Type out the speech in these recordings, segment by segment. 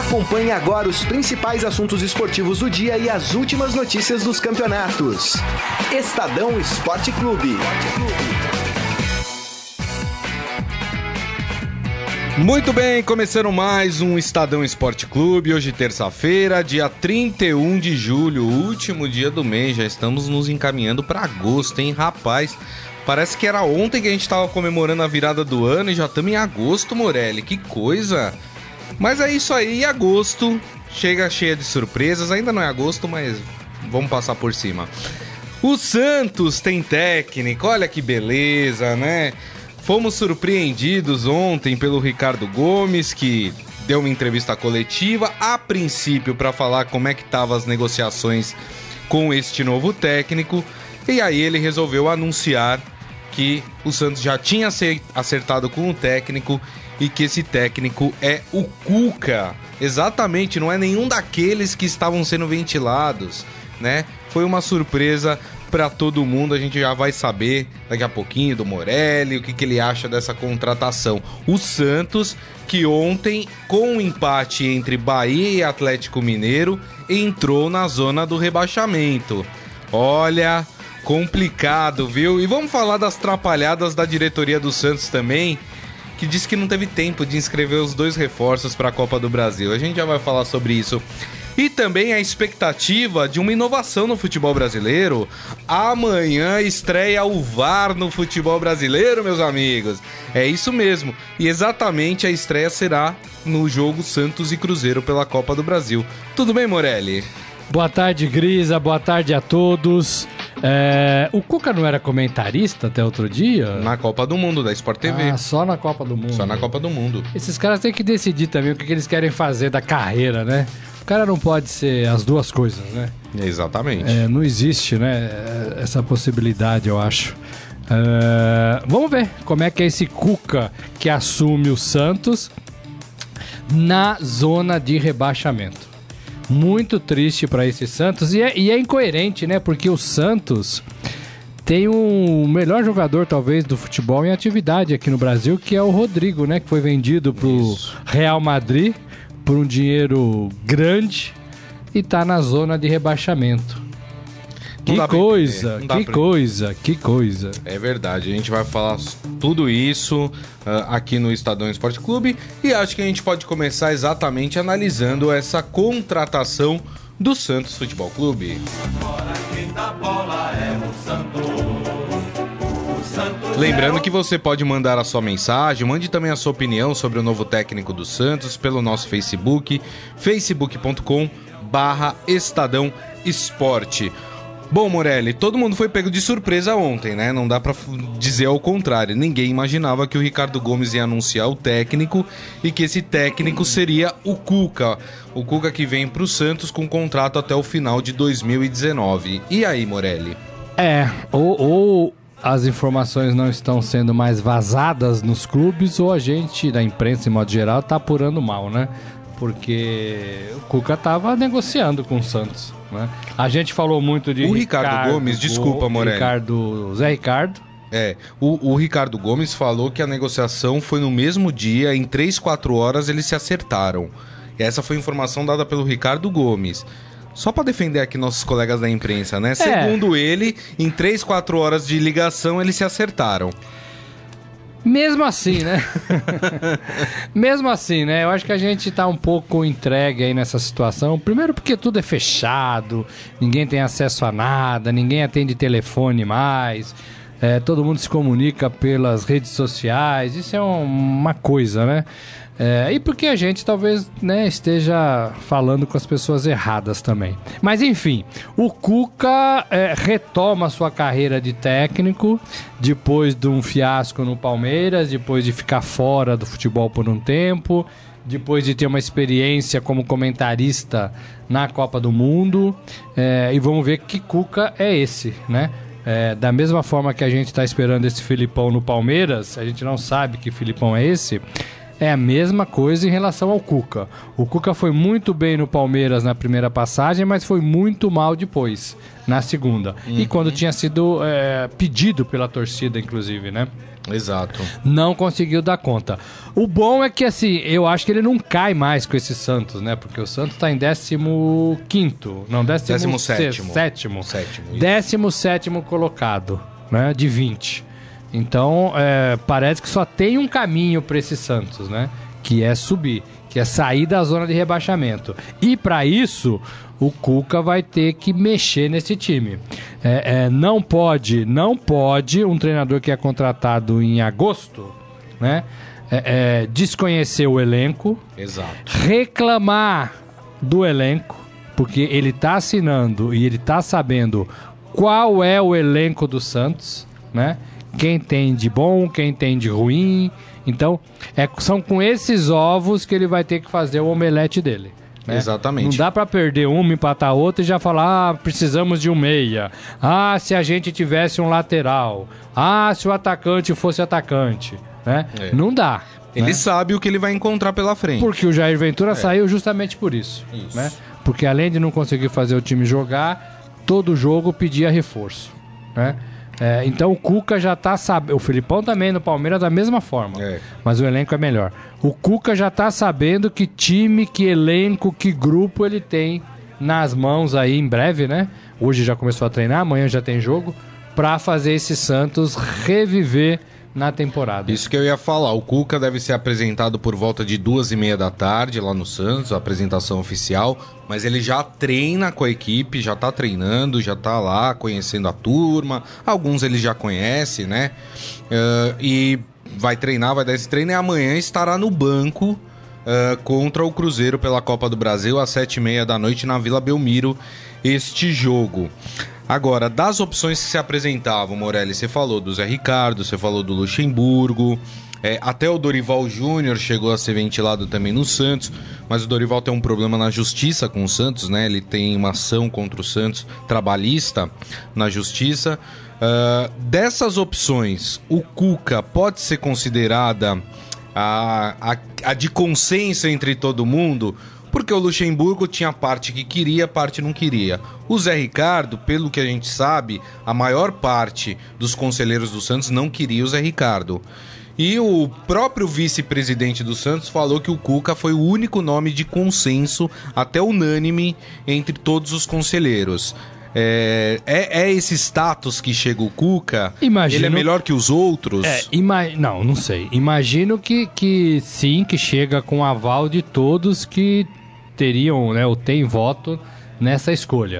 Acompanhe agora os principais assuntos esportivos do dia e as últimas notícias dos campeonatos. Estadão Esporte Clube. Muito bem, começando mais um Estadão Esporte Clube, hoje terça-feira, dia 31 de julho, último dia do mês, já estamos nos encaminhando para agosto, hein, rapaz? Parece que era ontem que a gente estava comemorando a virada do ano e já estamos em agosto, Morelli, que coisa! Mas é isso aí, agosto chega cheia de surpresas, ainda não é agosto, mas vamos passar por cima. O Santos tem técnico, olha que beleza, né? Fomos surpreendidos ontem pelo Ricardo Gomes, que deu uma entrevista coletiva, a princípio para falar como é que estavam as negociações com este novo técnico, e aí ele resolveu anunciar que o Santos já tinha acertado com o técnico e que esse técnico é o Cuca. Exatamente, não é nenhum daqueles que estavam sendo ventilados, né? Foi uma surpresa para todo mundo, a gente já vai saber daqui a pouquinho do Morelli, o que ele acha dessa contratação. O Santos, que ontem, com o empate entre Bahia e Atlético Mineiro, entrou na zona do rebaixamento. Olha, complicado, viu? E vamos falar das trapalhadas da diretoria do Santos também, que disse que não teve tempo de inscrever os 2 reforços para a Copa do Brasil. A gente já vai falar sobre isso. E também a expectativa de uma inovação no futebol brasileiro. Amanhã estreia o VAR no futebol brasileiro, meus amigos. É isso mesmo. E exatamente a estreia será no jogo Santos e Cruzeiro pela Copa do Brasil. Tudo bem, Morelli? Boa tarde, Grisa. Boa tarde a todos. O Cuca não era comentarista até outro dia? Na Copa do Mundo, da Sport TV. Ah, só na Copa do Mundo. Só na Copa do Mundo. Esses caras têm que decidir também o que eles querem fazer da carreira, né? O cara não pode ser as duas coisas, né? Exatamente. Não existe, né, essa possibilidade, eu acho. Vamos ver como é que é esse Cuca que assume o Santos na zona de rebaixamento. Muito triste para esse Santos e é incoerente, né? Porque o Santos tem o melhor jogador, talvez, do futebol em atividade aqui no Brasil, que é o Rodrigo, né? Que foi vendido pro Real Madrid por um dinheiro grande e tá na zona de rebaixamento. Que coisa. É verdade, a gente vai falar tudo isso aqui no Estadão Esporte Clube e acho que a gente pode começar exatamente analisando essa contratação do Santos Futebol Clube. Lembrando que você pode mandar a sua mensagem, mande também a sua opinião sobre o novo técnico do Santos pelo nosso Facebook, facebook.com/Estadão Esporte. Bom, Morelli, todo mundo foi pego de surpresa ontem, né? Não dá pra dizer ao contrário. Ninguém imaginava que o Ricardo Gomes ia anunciar o técnico e que esse técnico seria o Cuca. O Cuca que vem pro Santos com contrato até o final de 2019. E aí, Morelli? Ou as informações não estão sendo mais vazadas nos clubes ou a gente, da imprensa em modo geral, tá apurando mal, né? Porque o Cuca tava negociando com o Santos, né? A gente falou muito de o Ricardo Gomes, desculpa, Morelli. Zé Ricardo. O Ricardo Gomes falou que a negociação foi no mesmo dia, em 3-4 horas eles se acertaram. E essa foi a informação dada pelo Ricardo Gomes. Só para defender aqui nossos colegas da imprensa, né? Segundo ele, em 3-4 horas de ligação eles se acertaram. Mesmo assim, né? Mesmo assim, né? Eu acho que a gente tá um pouco entregue aí nessa situação. Primeiro porque tudo é fechado, ninguém tem acesso a nada, ninguém atende telefone mais, todo mundo se comunica pelas redes sociais, isso é uma coisa, né? E porque a gente talvez, né, esteja falando com as pessoas erradas também. Mas enfim, o Cuca retoma sua carreira de técnico depois de um fiasco no Palmeiras, depois de ficar fora do futebol por um tempo, depois de ter uma experiência como comentarista na Copa do Mundo. E vamos ver que Cuca é esse, né? Da mesma forma que a gente está esperando esse Filipão no Palmeiras, a gente não sabe que Filipão é esse. É a mesma coisa em relação ao Cuca. O Cuca foi muito bem no Palmeiras na primeira passagem, mas foi muito mal depois, na segunda. E quando tinha sido pedido pela torcida, inclusive, né? Exato. Não conseguiu dar conta. O bom é que, assim, eu acho que ele não cai mais com esse Santos, né? Porque o Santos tá em 15º. Não, 17º. 17º colocado, né? De 20. Então, parece que só tem um caminho para esse Santos, né? Que é subir, que é sair da zona de rebaixamento. E para isso, o Cuca vai ter que mexer nesse time. Não pode um treinador que é contratado em agosto, né? Desconhecer o elenco, Exato. reclamar do elenco, porque ele tá assinando e ele tá sabendo qual é o elenco do Santos, né? Quem tem de bom, quem tem de ruim. Então, são com esses ovos que ele vai ter que fazer o omelete dele. Né? Exatamente. Não dá pra perder um, empatar outro e já falar, precisamos de um meia. Se a gente tivesse um lateral. Se o atacante fosse atacante. Né? Não dá. Ele né? sabe o que ele vai encontrar pela frente. Porque o Jair Ventura saiu justamente por isso. Né? Porque além de não conseguir fazer o time jogar, todo jogo pedia reforço. Né? Então o Cuca já tá sabendo. O Filipão também no Palmeiras da mesma forma. Mas o elenco é melhor. O Cuca já tá sabendo que time, que elenco, que grupo ele tem nas mãos aí em breve, né? Hoje já começou a treinar, amanhã já tem jogo, pra fazer esse Santos reviver na temporada. Isso que eu ia falar. O Cuca deve ser apresentado por volta de 2h30 da tarde lá no Santos, a apresentação oficial, mas ele já treina com a equipe, já tá treinando, já tá lá conhecendo a turma, alguns ele já conhece, né? E vai treinar, vai dar esse treino e amanhã estará no banco contra o Cruzeiro pela Copa do Brasil às 7h30 da noite na Vila Belmiro, este jogo. Agora, das opções que se apresentavam, Morelli, você falou do Zé Ricardo, você falou do Luxemburgo, até o Dorival Júnior chegou a ser ventilado também no Santos, mas o Dorival tem um problema na justiça com o Santos, né? Ele tem uma ação contra o Santos trabalhista na justiça. Dessas opções, o Cuca pode ser considerada a de consenso entre todo mundo? Porque o Luxemburgo tinha parte que queria, parte não queria. O Zé Ricardo, pelo que a gente sabe, a maior parte dos conselheiros do Santos não queria o Zé Ricardo. E o próprio vice-presidente do Santos falou que o Cuca foi o único nome de consenso, até unânime, entre todos os conselheiros. Esse status que chega o Cuca? Ele é melhor que os outros? Não sei. Imagino que sim, que chega com aval de todos que teriam, né, ou tem voto nessa escolha.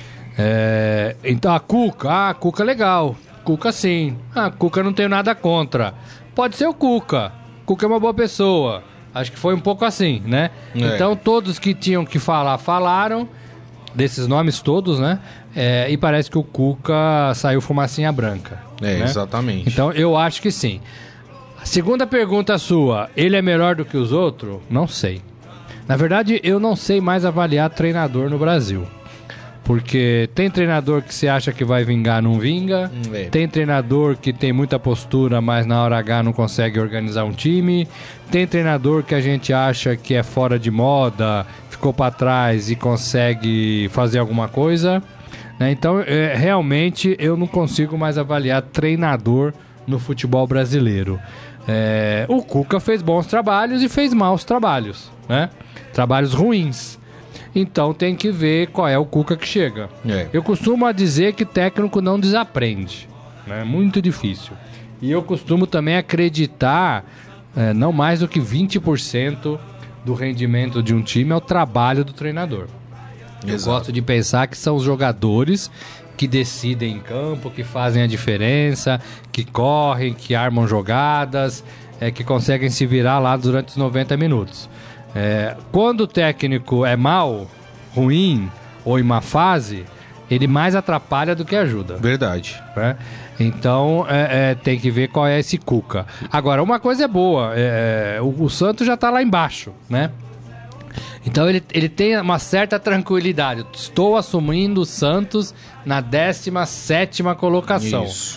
Então a Cuca legal. Cuca sim. Cuca não tenho nada contra. Pode ser o Cuca. Cuca é uma boa pessoa. Acho que foi um pouco assim, né? Então todos que tinham que falar, falaram. Desses nomes todos, né? E parece que o Cuca saiu fumacinha branca. Né? Exatamente. Então eu acho que sim. A segunda pergunta sua, ele é melhor do que os outros? Não sei. Na verdade, eu não sei mais avaliar treinador no Brasil. Porque tem treinador que você acha que vai vingar, não vinga. Tem treinador que tem muita postura, mas na hora H não consegue organizar um time. Tem treinador que a gente acha que é fora de moda, ficou para trás e consegue fazer alguma coisa. Então, realmente, eu não consigo mais avaliar treinador no futebol brasileiro. O Cuca fez bons trabalhos e fez maus trabalhos, né? Trabalhos ruins. Então tem que ver qual é o Cuca que chega. Eu costumo dizer que técnico não desaprende. É muito difícil. E eu costumo também acreditar, não mais do que 20% do rendimento de um time é o trabalho do treinador. Eu gosto de pensar que são os jogadores que decidem em campo, que fazem a diferença, que correm, que armam jogadas, que conseguem se virar lá durante os 90 minutos. Quando o técnico é mau, ruim ou em má fase, ele mais atrapalha do que ajuda. Verdade. Né? Então tem que ver qual é esse Cuca. Agora, uma coisa é boa, o Santos já está lá embaixo, né? Então ele tem uma certa tranquilidade. Estou assumindo o Santos na 17ª colocação. Isso.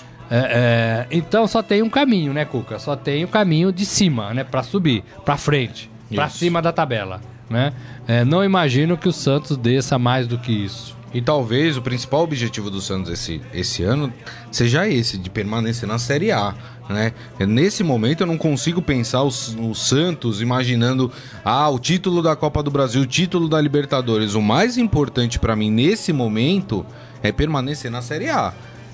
Então só tem um caminho, né, Cuca? Só tem o caminho de cima, né? Para subir, para frente. Pra cima da tabela, né? Não imagino que o Santos desça mais do que isso. E talvez o principal objetivo do Santos esse ano seja esse, de permanecer na Série A, né? Nesse momento eu não consigo pensar o Santos imaginando o título da Copa do Brasil, o título da Libertadores. O mais importante para mim nesse momento é permanecer na Série A.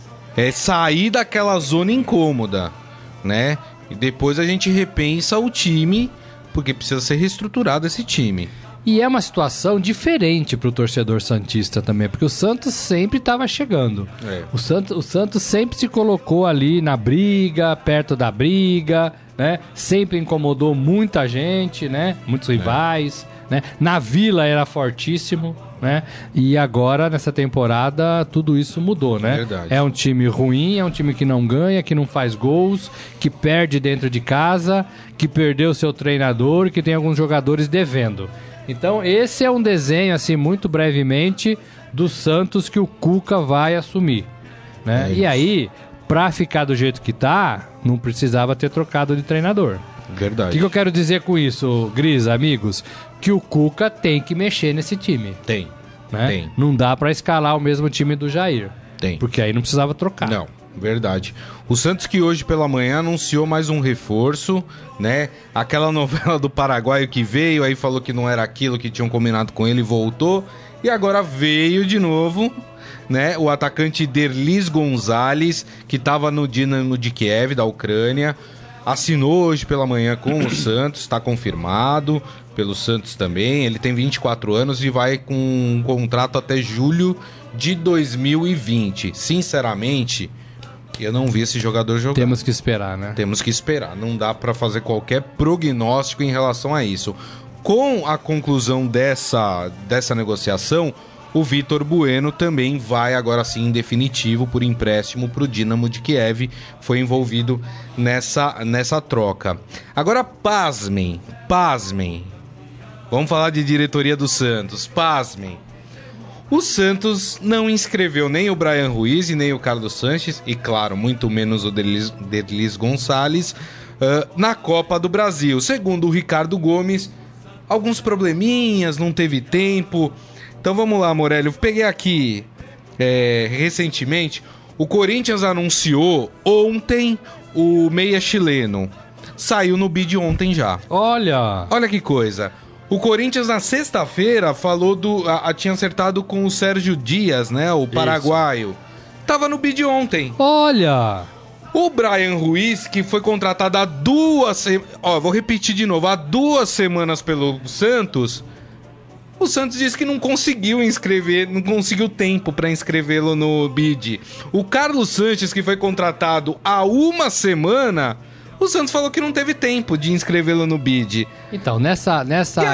É sair daquela zona incômoda, né? E depois a gente repensa o time, porque precisa ser reestruturado esse time. E é uma situação diferente para o torcedor santista também, porque o Santos sempre estava chegando. O Santos sempre se colocou ali na briga, perto da briga, né? Sempre incomodou muita gente, né? Muitos rivais, né? Na Vila era fortíssimo, né? E agora, nessa temporada, tudo isso mudou, né? Verdade. É um time ruim, é um time que não ganha, que não faz gols, que perde dentro de casa, que perdeu seu treinador, que tem alguns jogadores devendo. Então esse é um desenho, assim, muito brevemente, do Santos que o Cuca vai assumir, né? E aí, pra ficar do jeito que tá, não precisava ter trocado de treinador. Verdade. O que eu quero dizer com isso, Gris, amigos? Que o Cuca tem que mexer nesse time. Tem, né? tem. Não dá pra escalar o mesmo time do Jair. Tem. Porque aí não precisava trocar. Não, verdade. O Santos que hoje pela manhã anunciou mais um reforço, né? Aquela novela do paraguaio que veio, aí falou que não era aquilo que tinham combinado com ele, voltou. E agora veio de novo, né? O atacante Derlis Gonzalez, que estava no Dinamo de Kiev, da Ucrânia. Assinou hoje pela manhã com o Santos, está confirmado pelo Santos também. Ele tem 24 anos e vai com um contrato até julho de 2020. Sinceramente, eu não vi esse jogador jogar. Temos que esperar, né? Temos que esperar. Não dá para fazer qualquer prognóstico em relação a isso. Com a conclusão dessa negociação, o Vitor Bueno também vai agora sim em definitivo por empréstimo para o Dinamo de Kiev, foi envolvido nessa troca. Agora pasmem, vamos falar de diretoria do Santos, pasmem. O Santos não inscreveu nem o Brian Ruiz e nem o Carlos Sanches, e claro, muito menos o Derlis Gonzalez, na Copa do Brasil. Segundo o Ricardo Gomes, alguns probleminhas, não teve tempo. Então vamos lá, Morelli. Eu peguei aqui recentemente, o Corinthians anunciou ontem o meia chileno. Saiu no bid ontem já. Olha que coisa. O Corinthians na sexta-feira falou tinha acertado com o Sérgio Dias, né? O paraguaio. Isso. Tava no bid ontem. Olha! O Brian Ruiz, que foi contratado há 2 semanas... vou repetir de novo. Há 2 semanas pelo Santos... O Santos disse que não conseguiu inscrever, não conseguiu tempo para inscrevê-lo no bid. O Carlos Sanches, que foi contratado há 1 semana, o Santos falou que não teve tempo de inscrevê-lo no bid. Então, nessa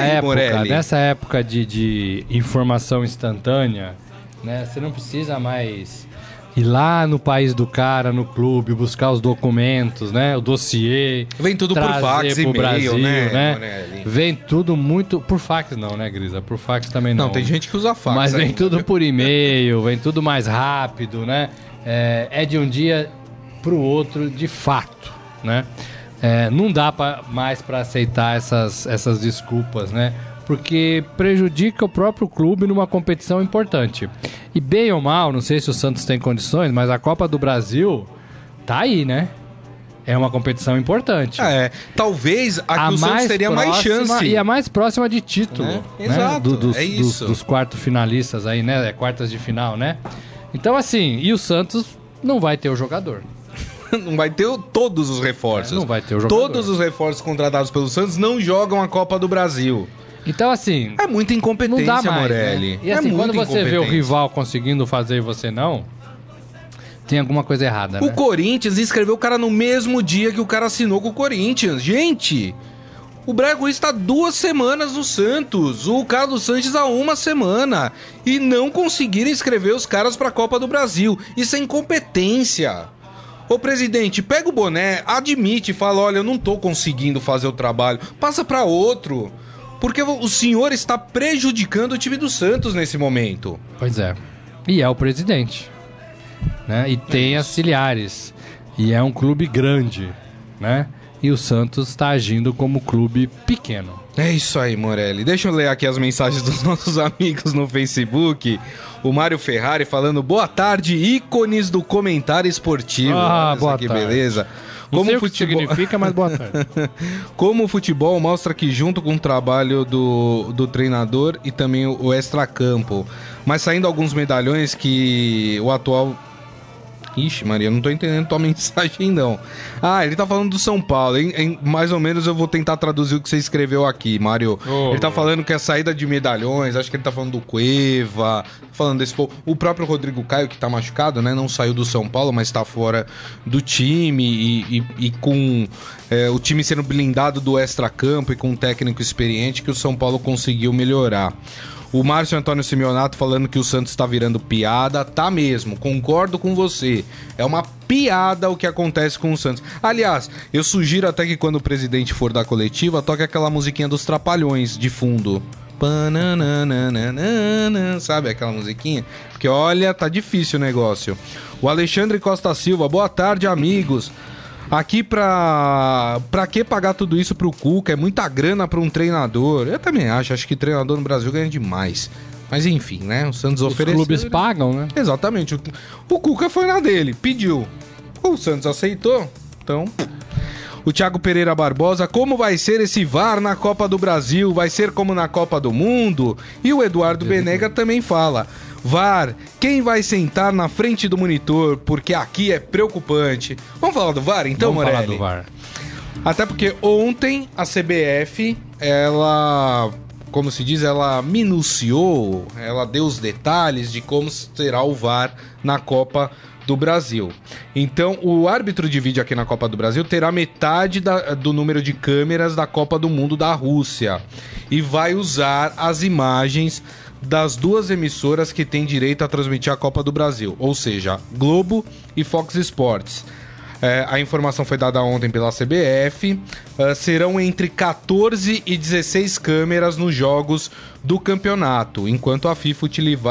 época de informação instantânea, né, você não precisa mais ir lá no país do cara, no clube, buscar os documentos, né? O dossiê. Vem tudo por fax, e-mail, Brasil, né? Vem tudo muito... Por fax não, né, Grisa? Por fax também não. Não, tem gente que usa fax. Mas vem tudo por e-mail, vem tudo mais rápido, né? É de um dia pro outro, de fato, né? Não dá mais para aceitar essas desculpas, né? Porque prejudica o próprio clube numa competição importante. E bem ou mal, não sei se o Santos tem condições, mas a Copa do Brasil tá aí, né? É uma competição importante. Talvez a que o Santos teria mais chance. E a mais próxima de título. Né? Né? Exato, isso. Dos quartos finalistas aí, né? Quartas de final, né? Então, assim, e o Santos não vai ter o jogador. Não vai ter todos os reforços. Não vai ter o jogador. Todos os reforços contratados pelo Santos não jogam a Copa do Brasil. Então, assim... É muita incompetência, não dá mais, Morelli. Né? E assim, quando você vê o rival conseguindo fazer e você não, tem alguma coisa errada, né? O Corinthians inscreveu o cara no mesmo dia que o cara assinou com o Corinthians. Gente, o Brian Ruiz está 2 semanas no Santos. O Carlos Sanches há 1 semana. E não conseguiram inscrever os caras para a Copa do Brasil. Isso é incompetência. Ô presidente, pega o boné, admite, fala, olha, eu não tô conseguindo fazer o trabalho. Passa para outro. Porque o senhor está prejudicando o time do Santos nesse momento. Pois é. E é o presidente. Né? E tem auxiliares. E é um clube grande. Né? E o Santos está agindo como clube pequeno. É isso aí, Morelli. Deixa eu ler aqui as mensagens dos nossos amigos no Facebook. O Mário Ferrari falando, boa tarde, ícones do comentário esportivo. Boa que tarde. Beleza. Não sei o que significa, mas boa tarde. Como o futebol mostra que junto com o trabalho do treinador e também o extracampo, mas saindo alguns medalhões que o atual... Ixi, Maria, não tô entendendo tua mensagem, não. Ele tá falando do São Paulo, hein? Mais ou menos eu vou tentar traduzir o que você escreveu aqui, Mário. Ele tá falando que a saída de medalhões, acho que ele tá falando do Cueva, falando desse povo. O próprio Rodrigo Caio, que tá machucado, né? Não saiu do São Paulo, mas tá fora do time e com o time sendo blindado do extracampo e com um técnico experiente que o São Paulo conseguiu melhorar. O Márcio Antônio Simeonato falando que o Santos tá virando piada. Tá mesmo, concordo com você. É uma piada o que acontece com o Santos. Aliás, eu sugiro até que quando o presidente for da coletiva, toque aquela musiquinha dos Trapalhões de fundo. Sabe aquela musiquinha? Porque olha, tá difícil o negócio. O Alexandre Costa Silva, boa tarde, amigos. Aqui pra que pagar tudo isso pro Cuca? É muita grana pra um treinador. Eu também acho que treinador no Brasil ganha demais. Mas enfim, né? O Santos ofereceu. Os clubes pagam, né? Exatamente. O Cuca foi na dele, pediu. O Santos aceitou. Então... O Thiago Pereira Barbosa, como vai ser esse VAR na Copa do Brasil? Vai ser como na Copa do Mundo? E o Eduardo Benega também fala... VAR, quem vai sentar na frente do monitor? Porque aqui é preocupante. Vamos falar do VAR então, Morelli? Vamos falar do VAR. Até porque ontem a CBF, ela, como se diz, ela minuciou, ela deu os detalhes de como será o VAR na Copa do Brasil. Então, o árbitro de vídeo aqui na Copa do Brasil terá metade do número de câmeras da Copa do Mundo da Rússia e vai usar as imagens das duas emissoras que têm direito a transmitir a Copa do Brasil, ou seja, Globo e Fox Sports. A informação foi dada ontem pela CBF. Serão entre 14 e 16 câmeras nos jogos do campeonato, enquanto a FIFA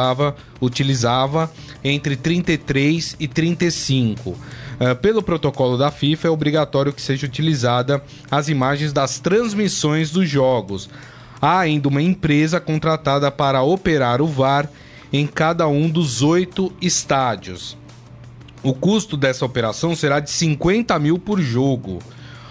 utilizava entre 33 e 35. Pelo protocolo da FIFA, é obrigatório que seja utilizada as imagens das transmissões dos jogos. Há ainda uma empresa contratada para operar o VAR em cada um dos 8 estádios. O custo dessa operação será de 50 mil por jogo,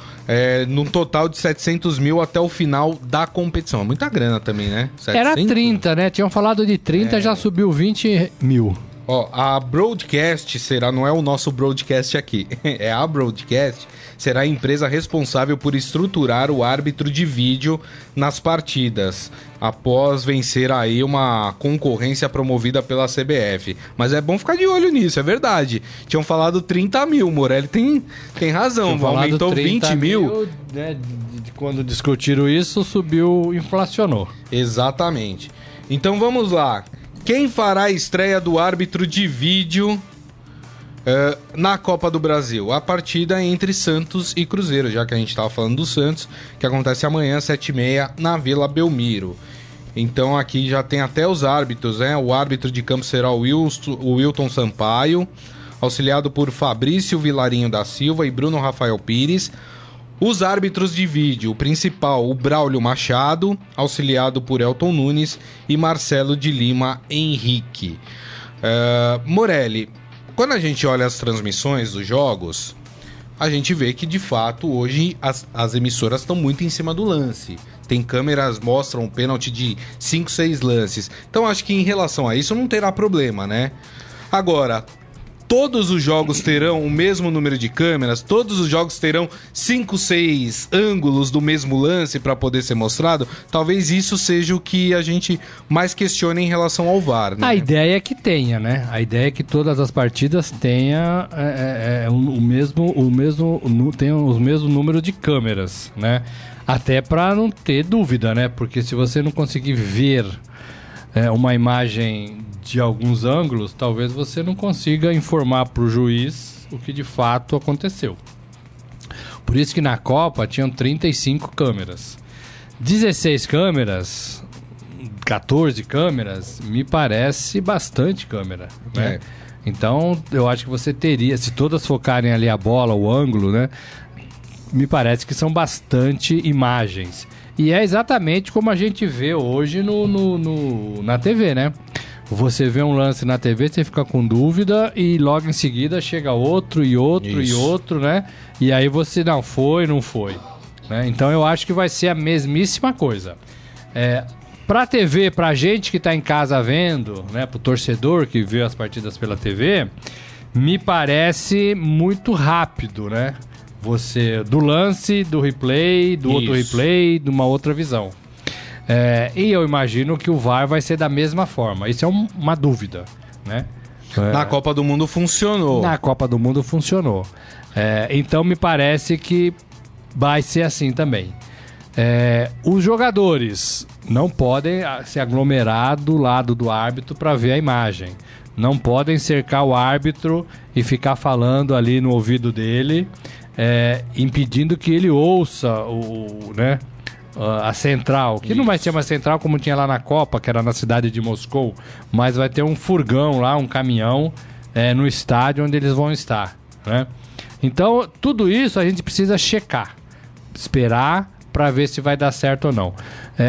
num total de 700 mil até o final da competição. É muita grana também, né? 700? Era 30, né? Tinham falado de 30, já subiu 20 mil. A Broadcast será, não é o nosso broadcast aqui, é a Broadcast, será a empresa responsável por estruturar o árbitro de vídeo nas partidas, após vencer aí uma concorrência promovida pela CBF. Mas é bom ficar de olho nisso, é verdade. Tinham falado 30 mil, Morelli tem razão, aumentou 20 mil. Né, quando discutiram isso, subiu, inflacionou. Exatamente. Então vamos lá. Quem fará a estreia do árbitro de vídeo na Copa do Brasil? A partida entre Santos e Cruzeiro, já que a gente estava falando do Santos, que acontece amanhã às 7h30 na Vila Belmiro. Então aqui já tem até os árbitros, né? O árbitro de campo será o Wilton Sampaio, auxiliado por Fabrício Vilarinho da Silva e Bruno Rafael Pires. Os árbitros de vídeo, o principal, o Braulio Machado, auxiliado por Elton Nunes e Marcelo de Lima Henrique. Morelli, quando a gente olha as transmissões dos jogos, a gente vê que de fato hoje as emissoras estão muito em cima do lance. Tem câmeras, mostram um pênalti de 5, 6 lances. Então acho que em relação a isso não terá problema, né? Agora... Todos os jogos terão o mesmo número de câmeras? Todos os jogos terão 5, 6 ângulos do mesmo lance para poder ser mostrado? Talvez isso seja o que a gente mais questione em relação ao VAR, né? A ideia é que tenha, né? A ideia é que todas as partidas tenham o mesmo número de câmeras, né? Até para não ter dúvida, né? Porque se você não conseguir ver uma imagem de alguns ângulos, talvez você não consiga informar para o juiz o que de fato aconteceu. Por isso que na Copa tinham 35 câmeras. 16 câmeras, 14 câmeras, me parece bastante câmera, né? Então, eu acho que você teria, se todas focarem ali a bola, o ângulo, né? Me parece que são bastante imagens. E é exatamente como a gente vê hoje na TV, né? Você vê um lance na TV, você fica com dúvida e logo em seguida chega outro e outro e outro, né? E aí você, não foi. Né? Então eu acho que vai ser a mesmíssima coisa. Pra TV, pra gente que tá em casa vendo, né? Pro torcedor que vê as partidas pela TV, me parece muito rápido, né? Você, do lance, do replay, do outro replay, de uma outra visão. E eu imagino que o VAR vai ser da mesma forma. Isso é uma dúvida, né? Na Copa do Mundo funcionou. Na Copa do Mundo funcionou. Então me parece que vai ser assim também. Os jogadores não podem se aglomerar do lado do árbitro para ver a imagem. Não podem cercar o árbitro e ficar falando ali no ouvido dele, impedindo que ele ouça a central, que não vai ser uma central como tinha lá na Copa, que era na cidade de Moscou, mas vai ter um furgão lá, um caminhão no estádio onde eles vão estar, né? Então, tudo isso a gente precisa checar, esperar para ver se vai dar certo ou não.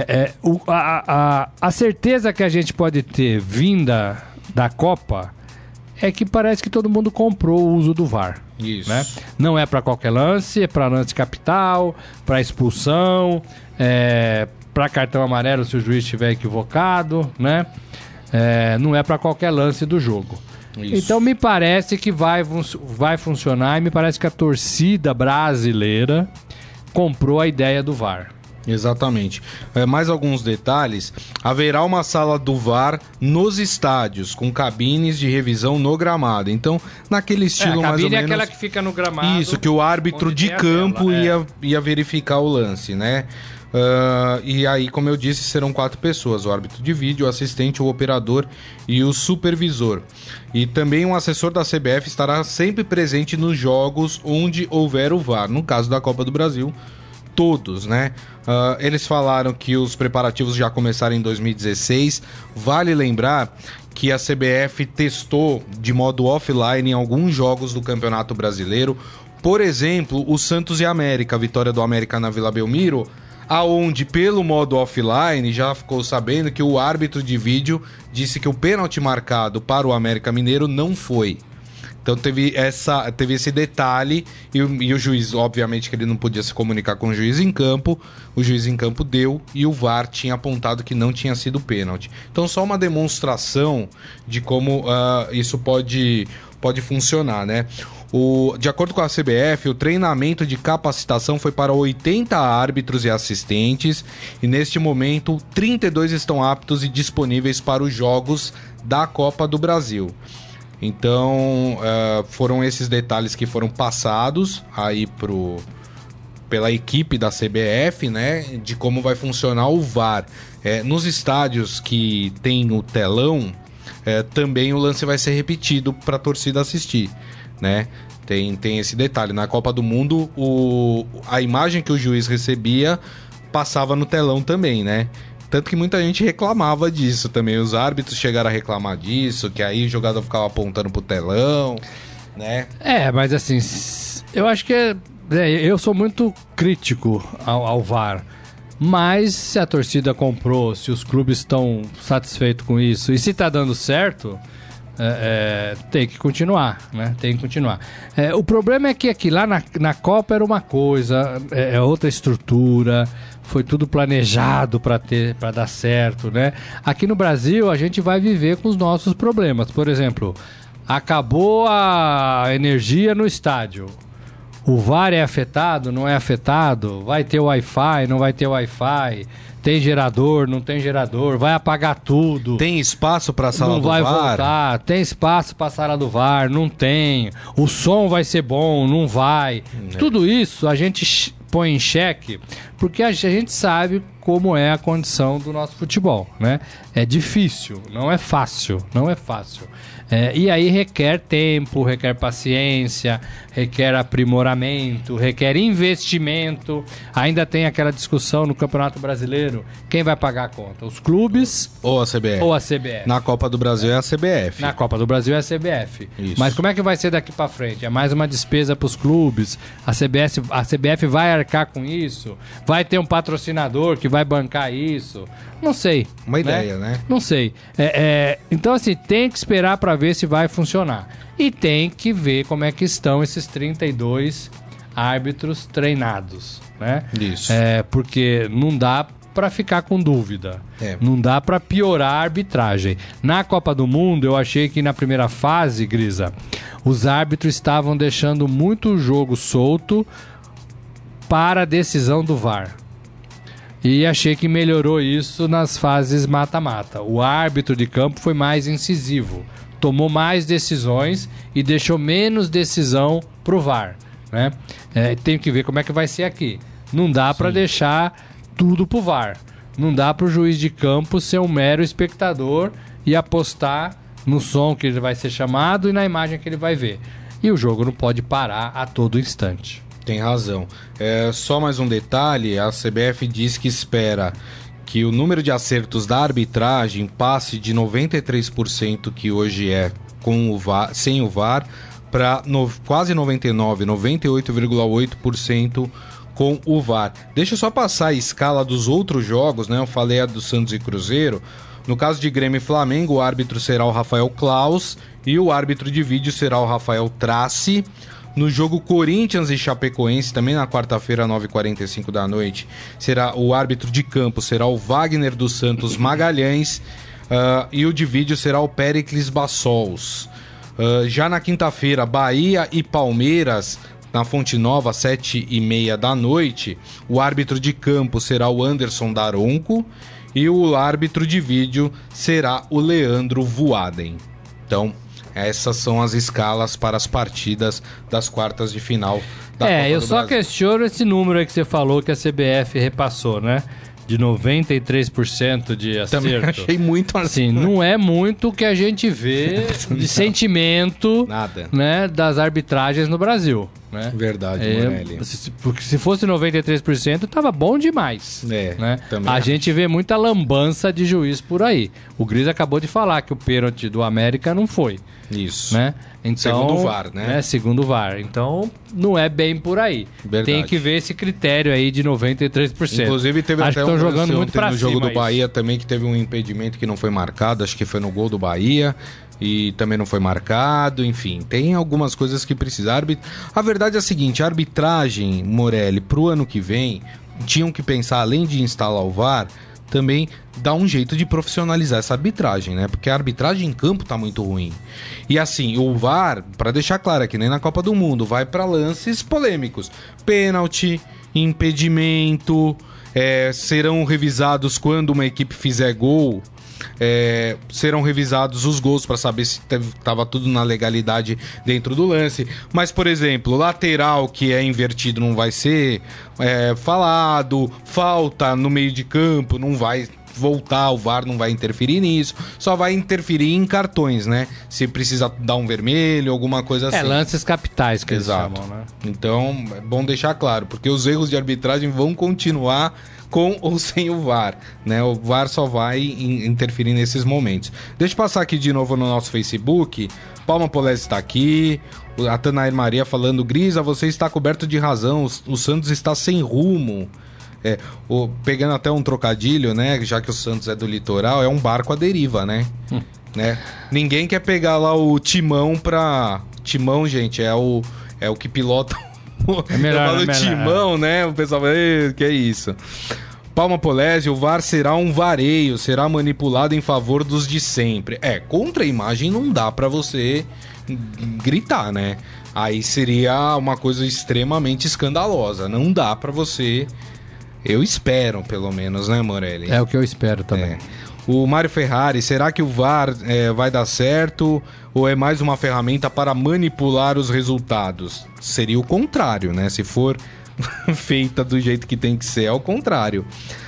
A certeza que a gente pode ter vinda da Copa é que parece que todo mundo comprou o uso do VAR. Isso. Né? Não é para qualquer lance, é para lance capital, para expulsão, para cartão amarelo se o juiz estiver equivocado, né? Não é para qualquer lance do jogo. Isso. Então me parece que vai funcionar e me parece que a torcida brasileira comprou a ideia do VAR. Exatamente. Mais alguns detalhes. Haverá uma sala do VAR nos estádios, com cabines de revisão no gramado. Então, naquele estilo mais ou menos... A cabine é aquela que fica no gramado. Isso, que o árbitro de campo ia verificar o lance, né? E aí, como eu disse, serão 4 pessoas: o árbitro de vídeo, o assistente, o operador e o supervisor. E também um assessor da CBF estará sempre presente nos jogos onde houver o VAR. No caso da Copa do Brasil, todos, né? Eles falaram que os preparativos já começaram em 2016. Vale lembrar que a CBF testou de modo offline em alguns jogos do Campeonato Brasileiro. Por exemplo, o Santos e América, a vitória do América na Vila Belmiro, aonde pelo modo offline já ficou sabendo que o árbitro de vídeo disse que o pênalti marcado para o América Mineiro não foi. Então teve esse detalhe e o juiz, obviamente que ele não podia se comunicar com o juiz em campo deu e o VAR tinha apontado que não tinha sido pênalti. Então só uma demonstração de como isso pode funcionar, né? De acordo com a CBF, o treinamento de capacitação foi para 80 árbitros e assistentes e neste momento 32 estão aptos e disponíveis para os jogos da Copa do Brasil. Então, foram esses detalhes que foram passados aí pela equipe da CBF, né, de como vai funcionar o VAR. Nos estádios que tem o telão, também o lance vai ser repetido para a torcida assistir, né? Tem esse detalhe. Na Copa do Mundo, a imagem que o juiz recebia passava no telão também, né? Tanto que muita gente reclamava disso também. Os árbitros chegaram a reclamar disso, que aí o jogador ficava apontando pro telão, né? Mas assim, eu acho que eu sou muito crítico ao VAR. Mas se a torcida comprou, se os clubes estão satisfeitos com isso, e se tá dando certo, tem que continuar, né? Tem que continuar. O problema é que aqui lá na Copa era uma coisa, outra estrutura, foi tudo planejado para dar certo, né? Aqui no Brasil a gente vai viver com os nossos problemas. Por exemplo, acabou a energia no estádio. O VAR é afetado? Não é afetado? Vai ter Wi-Fi? Não vai ter Wi-Fi? Tem gerador? Não tem gerador? Vai apagar tudo? Tem espaço para a sala do VAR? Não vai voltar. Tem espaço para a sala do VAR? Não tem. O som vai ser bom? Não vai. Tudo isso a gente põe em xeque porque a gente sabe como é a condição do nosso futebol, né? É difícil, não é fácil, não é fácil. E aí requer tempo, requer paciência, requer aprimoramento, requer investimento. Ainda tem aquela discussão no Campeonato Brasileiro, quem vai pagar a conta? Os clubes ou a CBF? Na Copa do Brasil é a CBF. Na Copa do Brasil é a CBF. Isso. Mas como é que vai ser daqui para frente? É mais uma despesa para os clubes? A CBF vai arcar com isso? Vai ter um patrocinador que vai bancar isso? Não sei. Uma ideia, né? Não sei. Então, assim, tem que esperar para ver se vai funcionar. E tem que ver como é que estão esses 32 árbitros treinados, né? Isso. Porque não dá para ficar com dúvida. Não dá para piorar a arbitragem. Na Copa do Mundo, eu achei que na primeira fase, Grisa, os árbitros estavam deixando muito jogo solto para a decisão do VAR. E achei que melhorou isso nas fases mata-mata. O árbitro de campo foi mais incisivo, tomou mais decisões e deixou menos decisão pro VAR, né? Tem que ver como é que vai ser aqui. Não dá para deixar tudo pro VAR. Não dá pro juiz de campo ser um mero espectador e apostar no som que ele vai ser chamado e na imagem que ele vai ver. E o jogo não pode parar a todo instante. Tem razão. Só mais um detalhe, a CBF diz que espera que o número de acertos da arbitragem passe de 93%, que hoje é com o VAR, sem o VAR, para quase 99%, 98,8% com o VAR. Deixa eu só passar a escala dos outros jogos, né? Eu falei a do Santos e Cruzeiro. No caso de Grêmio e Flamengo, o árbitro será o Rafael Klaus e o árbitro de vídeo será o Rafael Traci. No jogo Corinthians e Chapecoense, também na quarta-feira, 9h45 da noite, o árbitro de campo será o Wagner dos Santos Magalhães e o de vídeo será o Péricles Bassols. Já na quinta-feira, Bahia e Palmeiras, na Fonte Nova, 7h30 da noite, o árbitro de campo será o Anderson Daronco e o árbitro de vídeo será o Leandro Voaden. Então, essas são as escalas para as partidas das quartas de final da Copa do eu só Brasil. questiono esse número aí que você falou que a CBF repassou, né? De 93% de acerto. Também achei muito assim. Não é muito o que a gente vê de sentimento Nada. Né, das arbitragens no Brasil. Né? Verdade, Morelli. Porque se fosse 93%, tava bom demais. Né? A gente vê muita lambança de juiz por aí. O Gris acabou de falar que o pênalti do América não foi. Isso. Né? Então, segundo o VAR, né? Segundo o VAR. Então, não é bem por aí. Verdade. Tem que ver esse critério aí de 93%. Inclusive, teve acho até que jogando muito pra no jogo do isso. Bahia também, que teve um impedimento que não foi marcado. Acho que foi no gol do Bahia. E também não foi marcado. Enfim, tem algumas coisas que precisam. A verdade é a seguinte, a arbitragem, Morelli, pro ano que vem, tinham que pensar, além de instalar o VAR, também dar um jeito de profissionalizar essa arbitragem, né? Porque a arbitragem em campo tá muito ruim. E assim, o VAR, para deixar claro aqui, nem na Copa do Mundo, vai para lances polêmicos. Pênalti, impedimento, serão revisados quando uma equipe fizer gol. Serão revisados os gols para saber se estava tudo na legalidade dentro do lance. Mas, por exemplo, lateral que é invertido não vai ser falado, falta no meio de campo não vai voltar, o VAR não vai interferir nisso, só vai interferir em cartões, né? Se precisa dar um vermelho, alguma coisa assim. Lances capitais que Exato. Eles chamam, né? Então, é bom deixar claro, porque os erros de arbitragem vão continuar com ou sem o VAR, né? O VAR só vai interferir nesses momentos. Deixa eu passar aqui de novo no nosso Facebook. Palma Polese está aqui. A Tanair Maria falando: Grisa, você está coberto de razão. O Santos está sem rumo. Pegando até um trocadilho, né? Já que o Santos é do litoral, é um barco à deriva, né? Né? Ninguém quer pegar lá o timão pra... Timão, gente, é o que pilota... melhor, eu falo timão, né? O pessoal fala, que é isso? Palma Polese, o VAR será um vareio, será manipulado em favor dos de sempre. Contra a imagem não dá pra você gritar, né? Aí seria uma coisa extremamente escandalosa. Não dá pra você... Eu espero, pelo menos, né, Morelli? É o que eu espero também. O Mário Ferrari, será que o VAR vai dar certo ou é mais uma ferramenta para manipular os resultados? Seria o contrário, né? Se for feita do jeito que tem que ser, é o contrário.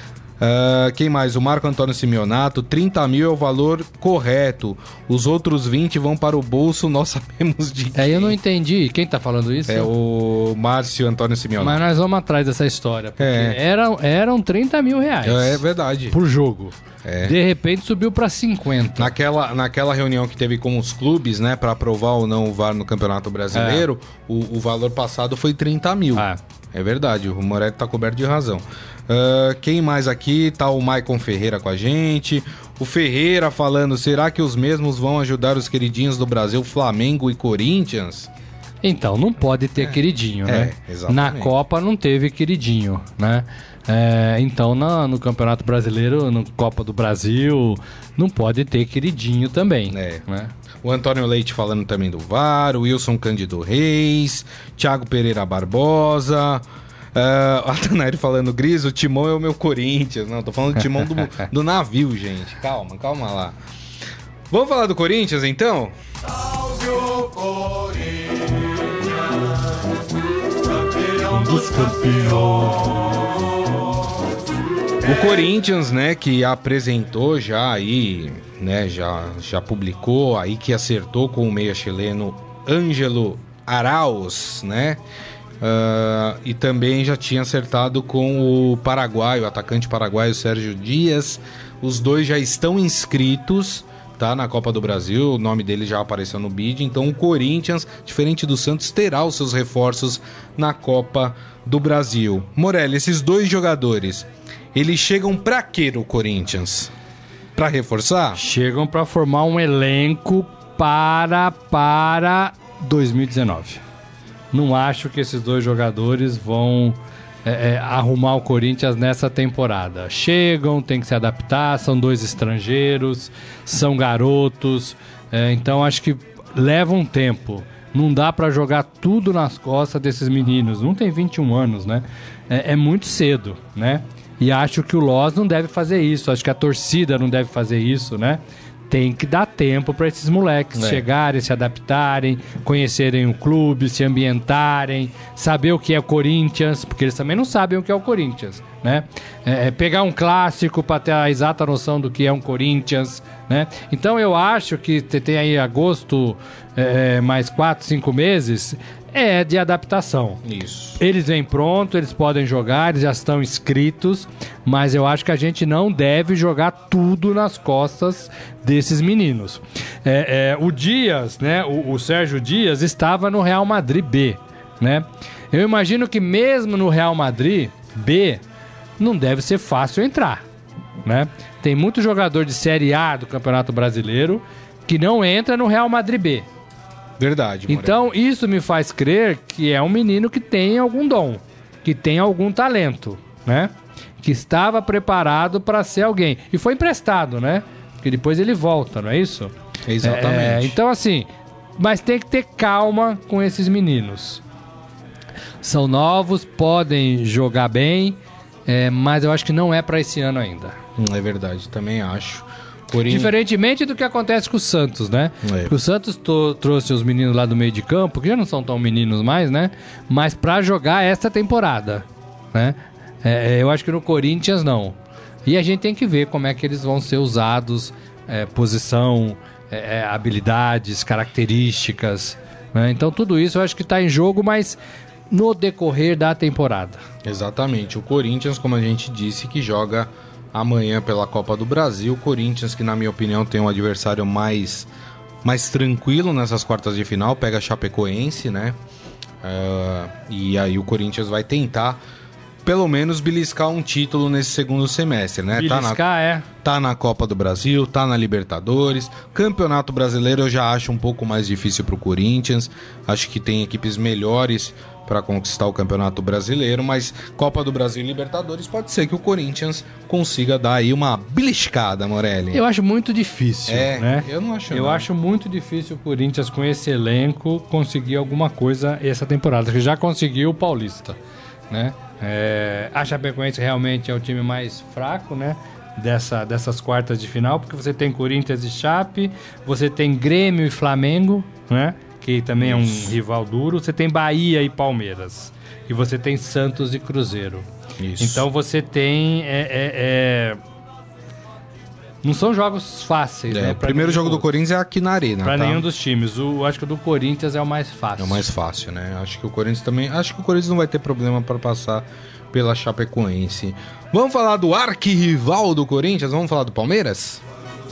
Quem mais? O Marco Antônio Simeonato, 30 mil é o valor correto. Os outros 20 vão para o bolso, nós sabemos de quem. Eu não entendi. Quem tá falando isso? É o Márcio Antônio Simeonato. Mas nós vamos atrás dessa história. Porque eram 30 mil reais. É verdade. Por jogo. De repente subiu para 50. Naquela reunião que teve com os clubes, né, para aprovar ou não o VAR no Campeonato Brasileiro, o valor passado foi 30 mil. É verdade, o Morelli tá coberto de razão. Quem mais aqui? Tá o Maicon Ferreira com a gente. O Ferreira falando, será que os mesmos vão ajudar os queridinhos do Brasil, Flamengo e Corinthians? Então, não pode ter queridinho, né? Exatamente. Na Copa não teve queridinho, né? Então, no Campeonato Brasileiro, no Copa do Brasil, não pode ter queridinho também, né? O Antônio Leite falando também do VAR, o Wilson Cândido Reis, Thiago Pereira Barbosa... a Tanaíri falando, Gris, o timão é o meu Corinthians. Não, tô falando do timão do navio, gente. Calma lá. Vamos falar do Corinthians, então? Salve o Corinthians, campeão dos campeões. O Corinthians, né, que apresentou já aí, né, já publicou aí que acertou com o meia chileno Ângelo Arauz, né? E também já tinha acertado com o paraguaio, o atacante paraguaio Sérgio Dias. Os dois já estão inscritos, tá, na Copa do Brasil. O nome dele já apareceu no bid. Então o Corinthians, diferente do Santos, terá os seus reforços na Copa do Brasil. Morelli, esses dois jogadores, eles chegam pra quê no Corinthians? Pra reforçar? Chegam pra formar um elenco para 2019. Não acho que esses dois jogadores vão arrumar o Corinthians nessa temporada. Chegam, tem que se adaptar, são dois estrangeiros, são garotos, então acho que leva um tempo. Não dá pra jogar tudo nas costas desses meninos. Não tem 21 anos, né? É muito cedo, né? E acho que o Loz não deve fazer isso. Acho que a torcida não deve fazer isso, né? Tem que dar tempo para esses moleques chegarem, se adaptarem, conhecerem o clube, se ambientarem, saber o que é o Corinthians, porque eles também não sabem o que é o Corinthians, né? Pegar um clássico para ter a exata noção do que é um Corinthians, né? Então eu acho que tem aí agosto, mais 4, 5 meses, de adaptação. Isso. Eles vêm pronto, eles podem jogar, eles já estão inscritos, mas eu acho que a gente não deve jogar tudo nas costas desses meninos. O Dias, né, o Sérgio Dias, estava no Real Madrid B, né? Eu imagino que mesmo no Real Madrid B, não deve ser fácil entrar, né? Tem muito jogador de Série A do Campeonato Brasileiro que não entra no Real Madrid B. Verdade, Morelli. Então, isso me faz crer que é um menino que tem algum dom, que tem algum talento, né? Que estava preparado para ser alguém. E foi emprestado, né? Porque depois ele volta, não é isso? Exatamente. Então, assim, mas tem que ter calma com esses meninos. São novos, podem jogar bem, mas eu acho que não é para esse ano ainda. É verdade, também acho. Diferentemente do que acontece com o Santos, né? Porque o Santos trouxe os meninos lá do meio de campo, que já não são tão meninos mais, né? Mas pra jogar esta temporada, né? Eu acho que no Corinthians não. E a gente tem que ver como é que eles vão ser usados, posição, habilidades, características, né? Então tudo isso eu acho que tá em jogo, mas no decorrer da temporada. Exatamente. O Corinthians, como a gente disse, que joga amanhã pela Copa do Brasil. Corinthians, que na minha opinião tem um adversário mais tranquilo nessas quartas de final, pega a Chapecoense, né? E aí o Corinthians vai tentar pelo menos beliscar um título nesse segundo semestre, né? Tá na Copa do Brasil, tá na Libertadores. Campeonato Brasileiro eu já acho um pouco mais difícil pro Corinthians. Acho que tem equipes melhores para conquistar o Campeonato Brasileiro, mas Copa do Brasil e Libertadores pode ser que o Corinthians consiga dar aí uma beliscada, Morelli. Eu acho muito difícil, né? Eu não acho. Eu acho muito difícil o Corinthians com esse elenco conseguir alguma coisa essa temporada, que já conseguiu o Paulista, né? A Chapecoense realmente é o time mais fraco, né? Dessas quartas de final, porque você tem Corinthians e Chape, você tem Grêmio e Flamengo, né? Que também é um rival duro. Você tem Bahia e Palmeiras. E você tem Santos e Cruzeiro. Isso. Então você tem... Não são jogos fáceis, né? O primeiro jogo do Corinthians é aqui na Arena. Pra nenhum dos times. Acho que o do Corinthians é o mais fácil. É o mais fácil, né? Acho que o Corinthians também... Acho que o Corinthians não vai ter problema para passar pela Chapecoense. Vamos falar do arquirrival do Corinthians? Vamos falar do Palmeiras?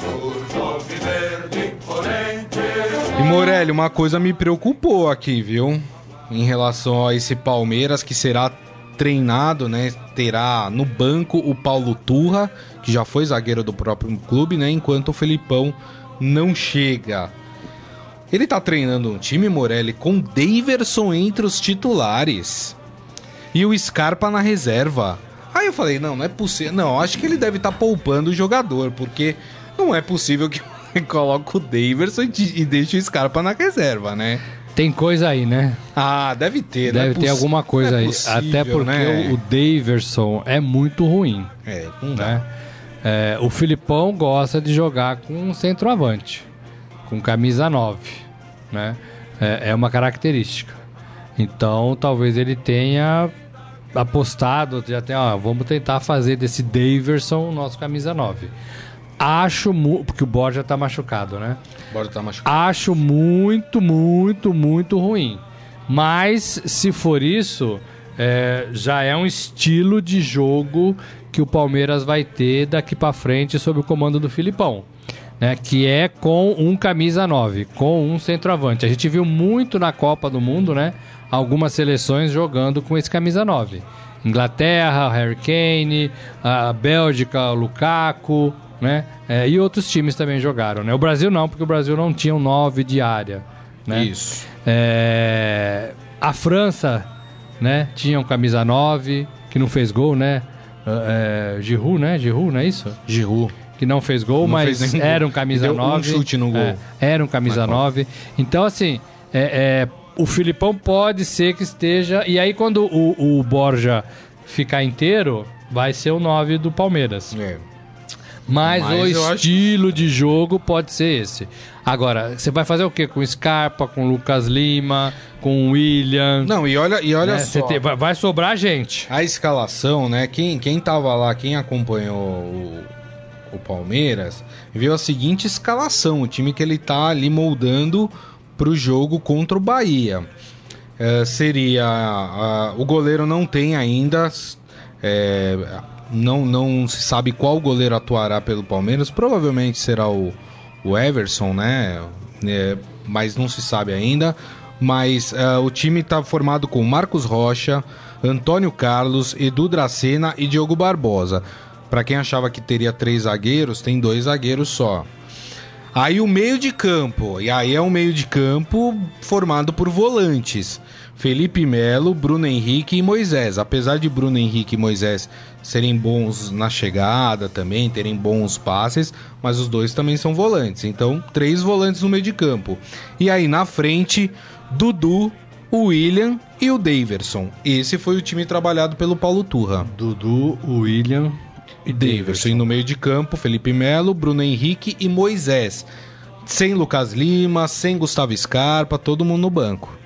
E Morelli, uma coisa me preocupou aqui, viu? Em relação a esse Palmeiras, que será treinado, né? Terá no banco o Paulo Turra, que já foi zagueiro do próprio clube, né? Enquanto o Felipão não chega. Ele tá treinando um time, Morelli, com Daverson entre os titulares e o Scarpa na reserva. Aí eu falei, não é possível. Não, acho que ele deve estar poupando o jogador, porque não é possível que ele coloque o Daverson e deixe o Scarpa na reserva, né? Tem coisa aí, né? Ah, deve ter. Deve ter alguma coisa aí. Possível, até porque né? o Daverson é muito ruim. Não dá. Né? O Filipão gosta de jogar com um centroavante, com camisa 9, né? É uma característica. Então, talvez ele tenha apostado, já tem, vamos tentar fazer desse Daverson o nosso camisa 9. Porque o Borja tá machucado, né? Acho muito, muito, muito ruim. Mas, se for isso, já é um estilo de jogo que o Palmeiras vai ter daqui pra frente sob o comando do Filipão, né? Que é com um camisa 9, com um centroavante. A gente viu muito na Copa do Mundo, né? Algumas seleções jogando com esse camisa 9. Inglaterra, Harry Kane, a Bélgica, o Lukaku, né? E outros times também jogaram, né? O Brasil não, porque o Brasil não tinha um 9 de área, né? Isso. A França, né? Tinha um camisa 9 que não fez gol, né? Giroud, né? Giroud, não é isso? Giroud. Que não fez gol, não mas fez era um camisa deu 9. Um chute no gol. Era um camisa 9. Então, assim, o Filipão pode ser que esteja... E aí, quando o Borja ficar inteiro, vai ser o 9 do Palmeiras. Mas o estilo de jogo pode ser esse. Agora, você vai fazer o quê? Com o Scarpa, com o Lucas Lima, com o William... Não, e olha só... Vai sobrar gente. A escalação, né? Quem tava lá, quem acompanhou o Palmeiras, viu a seguinte escalação. O time que ele tá ali moldando pro jogo contra o Bahia. Seria... o goleiro não tem ainda... Não se sabe qual goleiro atuará pelo Palmeiras. Provavelmente será o Everson, né? Mas não se sabe ainda. Mas o time está formado com Marcos Rocha, Antônio Carlos, Edu Dracena e Diogo Barbosa. Para quem achava que teria 3 zagueiros, tem 2 zagueiros só. Aí o meio de campo. E aí é um meio de campo formado por volantes. Felipe Melo, Bruno Henrique e Moisés. Apesar de Bruno Henrique e Moisés serem bons na chegada também, terem bons passes, mas os dois também são volantes. Então, 3 volantes no meio de campo. E aí na frente, Dudu, o William e o Daverson. Esse foi o time trabalhado pelo Paulo Turra. Dudu, o William e Daverson. E no meio de campo, Felipe Melo, Bruno Henrique e Moisés. Sem Lucas Lima, sem Gustavo Scarpa, todo mundo no banco.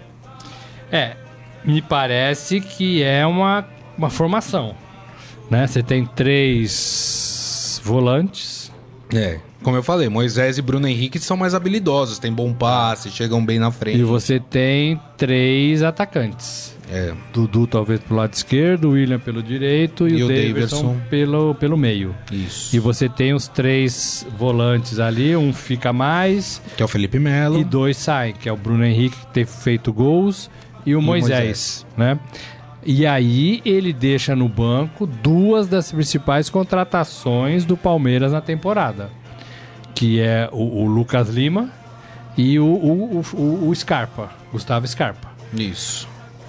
Me parece que é uma formação, né? Você tem 3 volantes. Como eu falei, Moisés e Bruno Henrique são mais habilidosos, têm bom passe, chegam bem na frente. E você tem 3 atacantes. Dudu talvez pro lado esquerdo, o William pelo direito e o Daverson pelo meio. Isso. E você tem os 3 volantes ali, um fica mais... Que é o Felipe Melo. E 2 saem, que é o Bruno Henrique, que tem feito gols, e o Moisés, né? E aí ele deixa no banco 2 das principais contratações do Palmeiras na temporada, que é o Lucas Lima e o Scarpa, Gustavo Scarpa. Isso.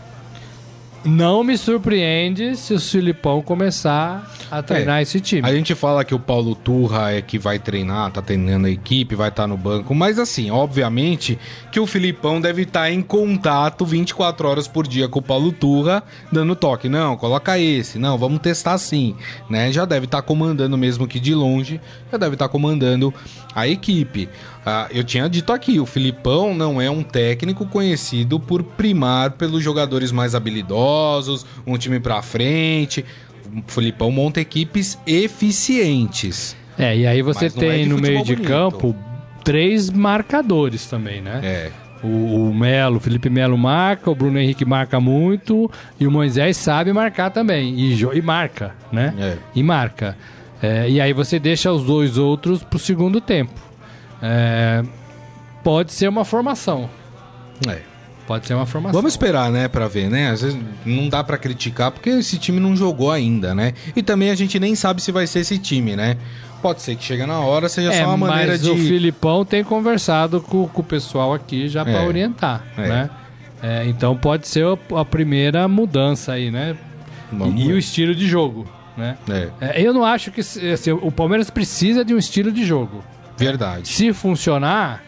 Não me surpreende se o Filipão começar a treinar esse time. A gente fala que o Paulo Turra é que vai treinar, tá treinando a equipe, vai estar no banco, mas assim, obviamente que o Filipão deve estar em contato 24 horas por dia com o Paulo Turra, dando toque. Não, coloca esse, não, vamos testar assim, né? Já deve estar comandando, mesmo que de longe, já deve estar comandando a equipe. Eu tinha dito aqui, o Filipão não é um técnico conhecido por primar pelos jogadores mais habilidosos, um time pra frente. O Filipão monta equipes eficientes. E aí você tem no meio de campo 3 marcadores também, né? O Melo, o Felipe Melo marca, o Bruno Henrique marca muito e o Moisés sabe marcar também. E marca, né? E marca. E aí você deixa os 2 outros pro segundo tempo. Pode ser uma formação. Pode ser uma formação. Vamos esperar, né, pra ver, né? Às vezes não dá pra criticar porque esse time não jogou ainda, né? E também a gente nem sabe se vai ser esse time, né? Pode ser que chega na hora, seja só uma maneira mas de... o Filipão tem conversado com o pessoal aqui já pra orientar, né? Então pode ser a primeira mudança aí, né? E o estilo de jogo, né? Eu não acho que... Assim, o Palmeiras precisa de um estilo de jogo. Verdade. Se funcionar...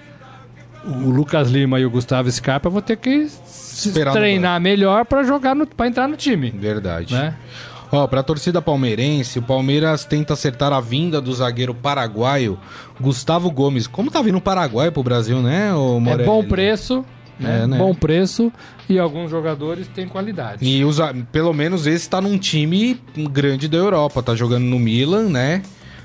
O Lucas Lima e o Gustavo Scarpa vão ter que treinar melhor pra entrar no time. Verdade. Né? Ó, pra torcida palmeirense, o Palmeiras tenta acertar a vinda do zagueiro paraguaio Gustavo Gomes. Como tá vindo o Paraguai pro Brasil, né, ô Morelli? É bom preço, né? né? Bom preço e alguns jogadores têm qualidade. E pelo menos esse tá num time grande da Europa, tá jogando no Milan, né?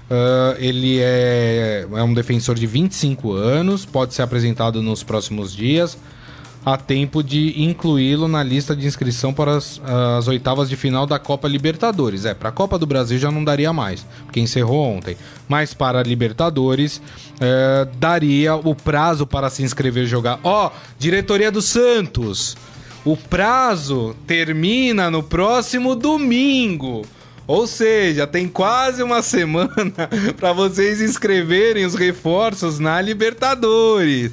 Ele é um defensor de 25 anos, pode ser apresentado nos próximos dias. Há tempo de incluí-lo na lista de inscrição para as oitavas de final da Copa Libertadores. Para a Copa do Brasil já não daria mais, porque encerrou ontem. Mas para a Libertadores, daria o prazo para se inscrever e jogar. Diretoria do Santos, o prazo termina no próximo domingo. Ou seja, tem quase uma semana para vocês inscreverem os reforços na Libertadores.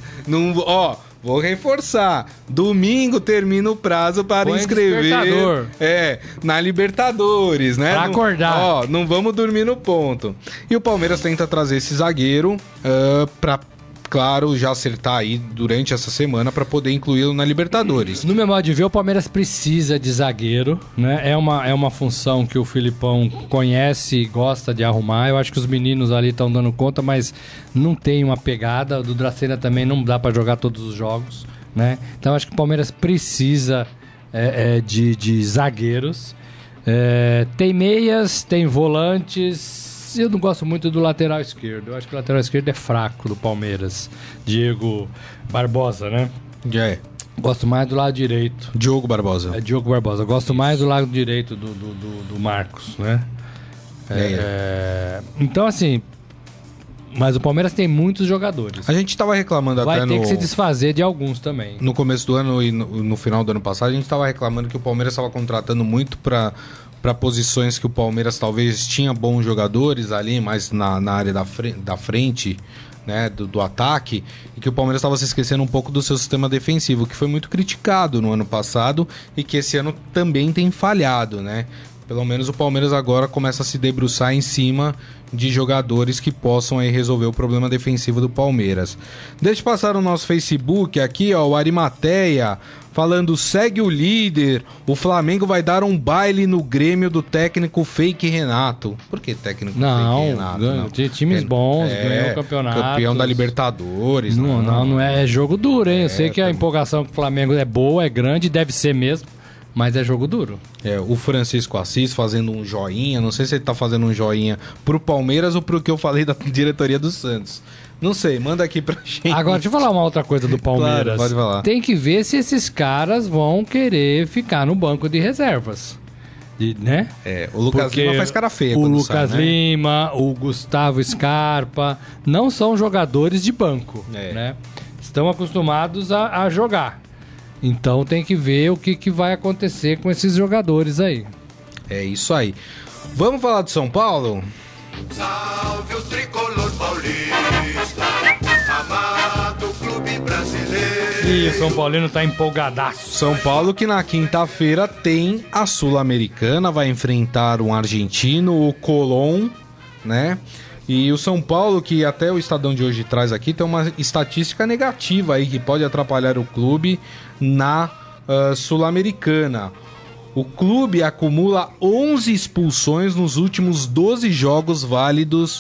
Vou reforçar. Domingo termina o prazo para inscrever na Libertadores, né? Pra acordar. Não vamos dormir no ponto. E o Palmeiras tenta trazer esse zagueiro para, claro, já acertar aí durante essa semana para poder incluí-lo na Libertadores. No meu modo de ver, o Palmeiras precisa de zagueiro, né? É uma função que o Filipão conhece e gosta de arrumar. Eu acho que os meninos ali estão dando conta, mas não tem uma pegada. O do Dracena também não dá para jogar todos os jogos, né? Então acho que o Palmeiras precisa de zagueiros. Tem meias, tem volantes. Eu não gosto muito do lateral esquerdo. Eu acho que o lateral esquerdo é fraco do Palmeiras. Diego Barbosa, né? Gosto mais do lado direito. Diogo Barbosa. Diogo Barbosa. Gosto mais do lado direito do Marcos, né? Então, assim... Mas o Palmeiras tem muitos jogadores. A gente tava reclamando Vai ter que se desfazer de alguns também. No começo do ano e no final do ano passado, a gente tava reclamando que o Palmeiras estava contratando muito para posições que o Palmeiras talvez tinha bons jogadores ali, mais na área da frente, né, do ataque, e que o Palmeiras estava se esquecendo um pouco do seu sistema defensivo, que foi muito criticado no ano passado e que esse ano também tem falhado, né? Pelo menos o Palmeiras agora começa a se debruçar em cima de jogadores que possam aí resolver o problema defensivo do Palmeiras. Deixa eu passar no nosso Facebook aqui, o Arimateia falando: segue o líder, o Flamengo vai dar um baile no Grêmio do técnico Fake Renato. Por que técnico Fake Renato? Não, times bons, ganhou o campeonato. Campeão da Libertadores. Não é jogo duro, hein? Eu sei que a empolgação com o Flamengo é boa, é grande, deve ser mesmo. Mas é jogo duro. O Francisco Assis fazendo um joinha. Não sei se ele tá fazendo um joinha pro Palmeiras ou pro que eu falei da diretoria do Santos. Não sei, manda aqui pra gente. Agora, deixa eu falar uma outra coisa do Palmeiras. Claro, pode falar. Tem que ver se esses caras vão querer ficar no banco de reservas. Né? O Lucas Lima faz cara feia. O Lucas Lima, o Gustavo Scarpa, não são jogadores de banco. Né? Estão acostumados a jogar. Então tem que ver o que vai acontecer com esses jogadores aí. É isso aí. Vamos falar de São Paulo? Salve o tricolor paulista, amado clube brasileiro. E o São Paulino tá empolgadaço. São Paulo que na quinta-feira tem a Sul-Americana, vai enfrentar um argentino, o Colón, né? E o São Paulo, que até o Estadão de hoje traz aqui, tem uma estatística negativa aí que pode atrapalhar o clube na Sul-Americana. O clube acumula 11 expulsões nos últimos 12 jogos válidos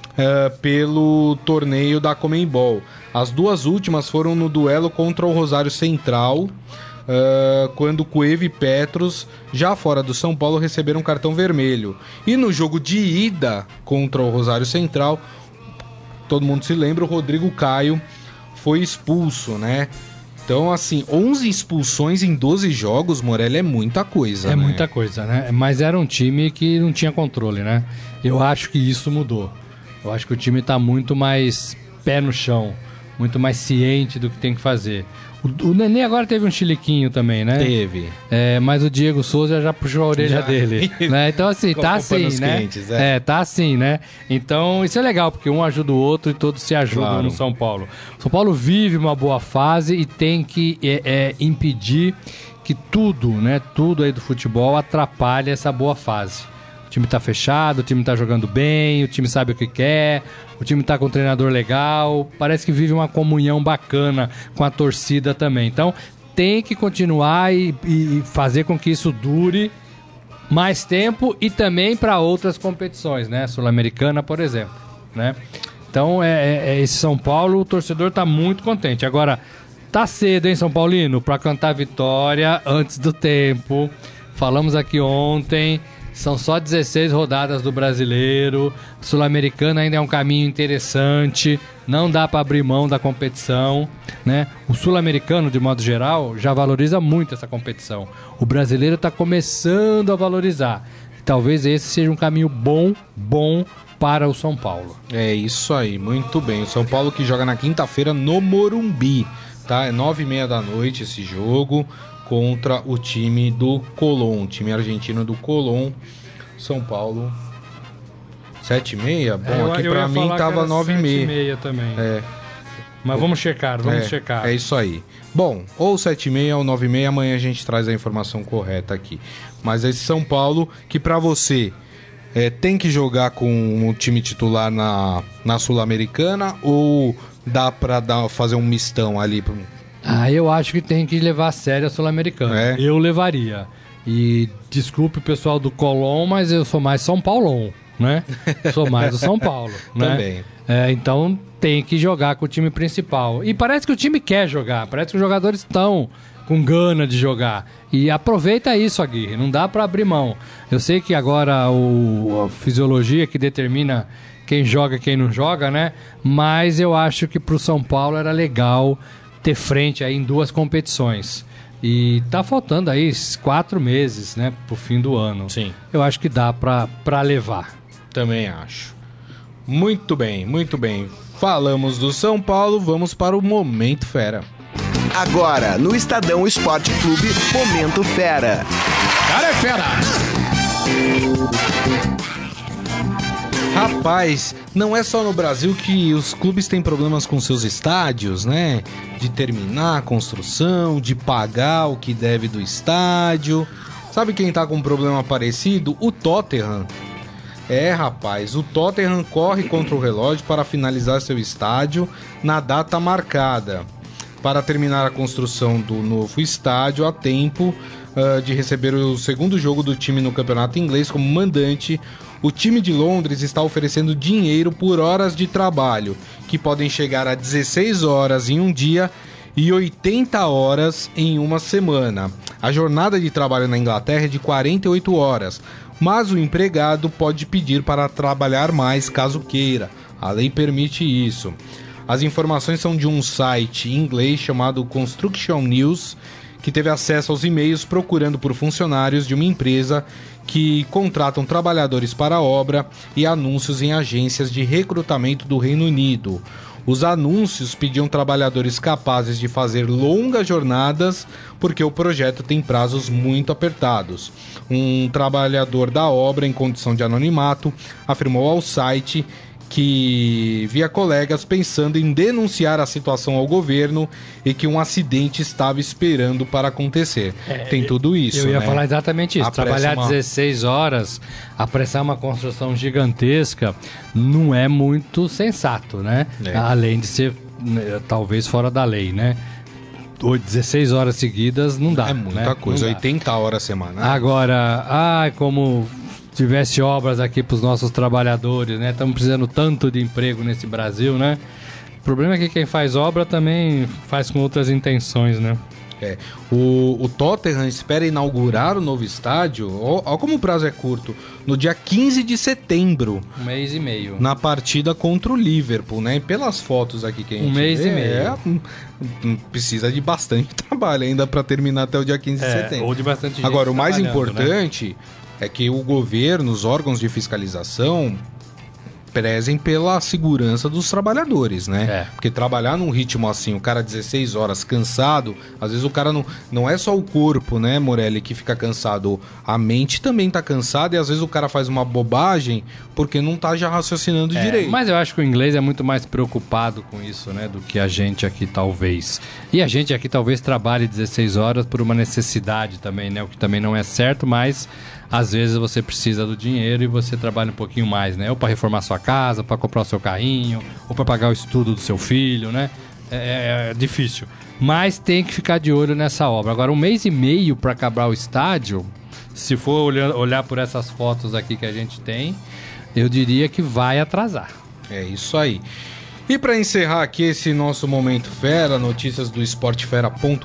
pelo torneio da Conmebol. As duas últimas foram no duelo contra o Rosário Central, quando Cueva e Petros, já fora do São Paulo, receberam um cartão vermelho. E no jogo de ida contra o Rosário Central, todo mundo se lembra, o Rodrigo Caio foi expulso, né? Então, assim, 11 expulsões em 12 jogos, Morelli, é muita coisa, né? Muita coisa, né? Mas era um time que não tinha controle, né? Eu acho que isso mudou. Eu acho que o time tá muito mais pé no chão. muito mais ciente do que tem que fazer. O Nenê agora teve um chiliquinho também, né? Teve. Mas o Diego Souza já puxou a orelha dele, né? Então assim, tá assim, né? Quentes, tá assim, né? Então isso é legal, porque um ajuda o outro e todos se ajudam no São Paulo. O São Paulo vive uma boa fase e tem que impedir que tudo, né? Tudo aí do futebol atrapalhe essa boa fase. O time tá fechado, o time tá jogando bem, o time sabe o que quer, o time tá com um treinador legal, parece que vive uma comunhão bacana com a torcida também. Então, tem que continuar e fazer com que isso dure mais tempo e também para outras competições, né? Sul-Americana, por exemplo, né? Então, esse São Paulo, o torcedor tá muito contente. Agora, tá cedo, hein, São Paulino? Para cantar vitória antes do tempo. Falamos aqui ontem... São só 16 rodadas do Brasileiro. Sul-Americana ainda é um caminho interessante. Não dá para abrir mão da competição, né? O Sul-Americano, de modo geral, já valoriza muito essa competição. O Brasileiro está começando a valorizar. Talvez esse seja um caminho bom para o São Paulo. É isso aí, muito bem. O São Paulo que joga na quinta-feira no Morumbi, tá? É 9h30 da noite esse jogo, contra o time do Colón, time argentino do Colón. São Paulo 7h30? Bom, aqui pra mim tava 9h30. 7h30 também. Mas vamos checar. É isso aí. Bom, ou 7h30 ou 9h30, amanhã a gente traz a informação correta aqui. Mas esse São Paulo, que pra você tem que jogar com o time titular na Sul-Americana, ou dá pra fazer um mistão ali? Eu acho que tem que levar a sério a Sul-Americana. Eu levaria. E desculpe o pessoal do Colón, mas eu sou mais São Paulão, né? Sou mais do São Paulo, né? Também. Então tem que jogar com o time principal. E parece que o time quer jogar, parece que os jogadores estão com gana de jogar. E aproveita isso, Aguirre, não dá para abrir mão. Eu sei que agora a fisiologia que determina quem joga e quem não joga, né? Mas eu acho que pro São Paulo era legal ter frente aí em 2 competições. E tá faltando aí 4 meses, né, pro fim do ano. Sim. Eu acho que dá pra levar. Também acho. Muito bem, muito bem. Falamos do São Paulo, vamos para o Momento Fera. Agora, no Estadão Esporte Clube, Momento Fera. Cara é fera! Rapaz, não é só no Brasil que os clubes têm problemas com seus estádios, né? De terminar a construção, de pagar o que deve do estádio. Sabe quem tá com um problema parecido? O Tottenham. Rapaz, o Tottenham corre contra o relógio para finalizar seu estádio na data marcada, para terminar a construção do novo estádio a tempo de receber o segundo jogo do time no campeonato inglês como mandante. O time de Londres está oferecendo dinheiro por horas de trabalho, que podem chegar a 16 horas em um dia e 80 horas em uma semana. A jornada de trabalho na Inglaterra é de 48 horas, mas o empregado pode pedir para trabalhar mais caso queira. A lei permite isso. As informações são de um site em inglês chamado Construction News, que teve acesso aos e-mails procurando por funcionários de uma empresa que contratam trabalhadores para a obra e anúncios em agências de recrutamento do Reino Unido. Os anúncios pediam trabalhadores capazes de fazer longas jornadas porque o projeto tem prazos muito apertados. Um trabalhador da obra, em condição de anonimato, afirmou ao site que via colegas pensando em denunciar a situação ao governo e que um acidente estava esperando para acontecer. Tem tudo isso, Eu ia né? falar exatamente isso. Trabalhar 16 horas, apressar uma construção gigantesca, não é muito sensato, né? Além de ser, talvez, fora da lei, né? 16 horas seguidas não dá. É muita coisa, 80 horas semanais. Agora, como tivesse obras aqui para os nossos trabalhadores, né? Estamos precisando tanto de emprego nesse Brasil, né? O problema é que quem faz obra também faz com outras intenções, né? O Tottenham espera inaugurar o novo estádio, olha como o prazo é curto, no dia 15 de setembro. 1 mês e meio. Na partida contra o Liverpool, né? E pelas fotos aqui que a gente 1 mês e meio. Precisa de bastante trabalho ainda para terminar até o dia 15 de setembro. Ou de bastante gente. Agora, o mais importante, importante, né, é que o governo, os órgãos de fiscalização, prezem pela segurança dos trabalhadores, né? É. Porque trabalhar num ritmo assim, o cara 16 horas cansado, às vezes o cara não é só o corpo, né, Morelli, que fica cansado, a mente também tá cansada e às vezes o cara faz uma bobagem porque não tá já raciocinando direito. Mas eu acho que o inglês é muito mais preocupado com isso, né, do que a gente aqui talvez. E a gente aqui talvez trabalhe 16 horas por uma necessidade também, né, o que também não é certo, mas às vezes você precisa do dinheiro e você trabalha um pouquinho mais, né? Ou para reformar sua casa, para comprar o seu carrinho, ou para pagar o estudo do seu filho, né? É difícil. Mas tem que ficar de olho nessa obra. Agora, 1 mês e meio para acabar o estádio, se for olhar por essas fotos aqui que a gente tem, eu diria que vai atrasar. É isso aí. E para encerrar aqui esse nosso Momento Fera, notícias do esportefera.com.br,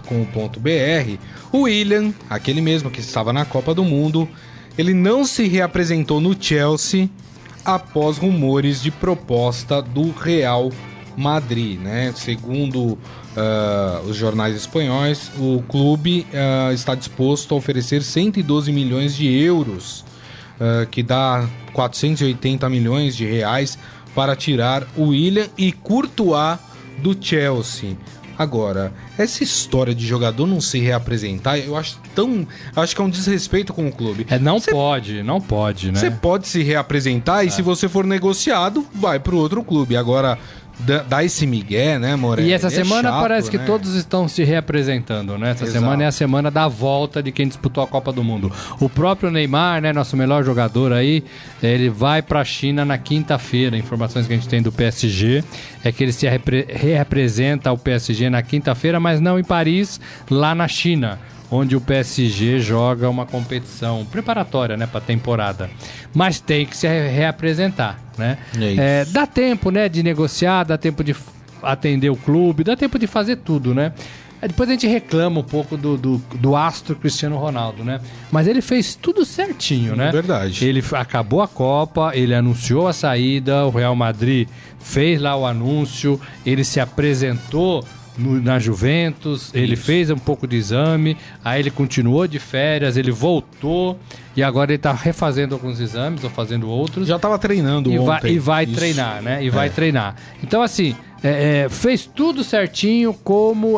o Willian, aquele mesmo que estava na Copa do Mundo, ele não se reapresentou no Chelsea após rumores de proposta do Real Madrid, né? Segundo os jornais espanhóis, o clube está disposto a oferecer 112 milhões de euros, que dá 480 milhões de reais, para tirar o Willian e Courtois do Chelsea. Agora, essa história de jogador não se reapresentar, eu acho que é um desrespeito com o clube. Não pode, né? Você pode se reapresentar e se você for negociado, vai pro outro clube. Agora, dá esse migué, né, Morelli? E essa semana chato, parece que né? todos estão se reapresentando, né? Essa semana é a semana da volta de quem disputou a Copa do Mundo. O próprio Neymar, né, nosso melhor jogador aí, ele vai pra China na quinta-feira. Informações que a gente tem do PSG é que ele se reapresenta ao PSG na quinta-feira, mas não em Paris, lá na China, onde o PSG joga uma competição preparatória, né, para a temporada. Mas tem que se reapresentar, né? Dá tempo, né, de negociar, dá tempo de atender o clube, dá tempo de fazer tudo, né? Depois a gente reclama um pouco do astro Cristiano Ronaldo, né? Mas ele fez tudo certinho, né? Verdade. Ele acabou a Copa, ele anunciou a saída, o Real Madrid fez lá o anúncio, ele se apresentou na Juventus, ele fez um pouco de exame, aí ele continuou de férias, ele voltou e agora ele tá refazendo alguns exames ou fazendo outros. Já tava treinando ontem. E vai treinar, né? Vai treinar. Então, assim, fez tudo certinho como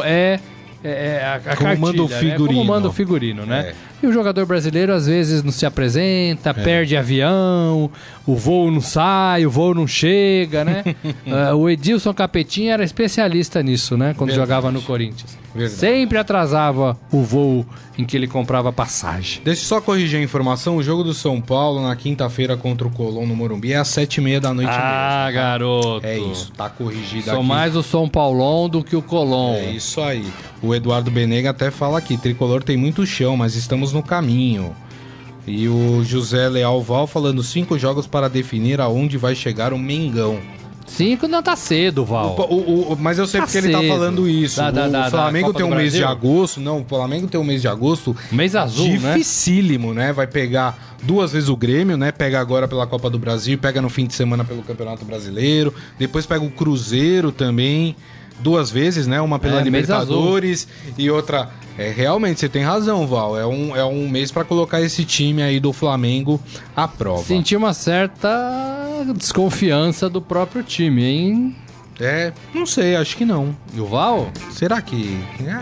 a como manda o figurino. Né? Como manda o figurino, né? E o jogador brasileiro às vezes não se apresenta, perde avião, o voo não sai, o voo não chega, né? O Edilson Capetinha era especialista nisso, né? Quando jogava no Corinthians. Verdade. Sempre atrasava o voo em que ele comprava passagem. Deixa eu só corrigir a informação. O jogo do São Paulo na quinta-feira contra o Colón no Morumbi é às 7h30 da noite mesmo. Ah, garoto. É isso, tá corrigido Sou aqui. mais o São Paulão do que o Colón. É isso aí. O Eduardo Benega até fala aqui, Tricolor tem muito chão, mas estamos no caminho. E o José Leal Val falando 5 jogos para definir aonde vai chegar o Mengão. 5 não tá cedo, Val. Mas eu sei Tá porque ele tá cedo. falando isso. O Flamengo Copa tem um do mês de Brasil? agosto. Não, o Flamengo tem um mês de agosto. Mês azul, dificílimo, né? Vai pegar 2 vezes o Grêmio, né? Pega agora pela Copa do Brasil, pega no fim de semana pelo Campeonato Brasileiro. Depois pega o Cruzeiro também. 2 vezes, né? Uma pela Libertadores e outra... realmente, você tem razão, Val. É um mês pra colocar esse time aí do Flamengo à prova. Senti uma certa desconfiança do próprio time, hein? Não sei, acho que não. E o Val? Será que...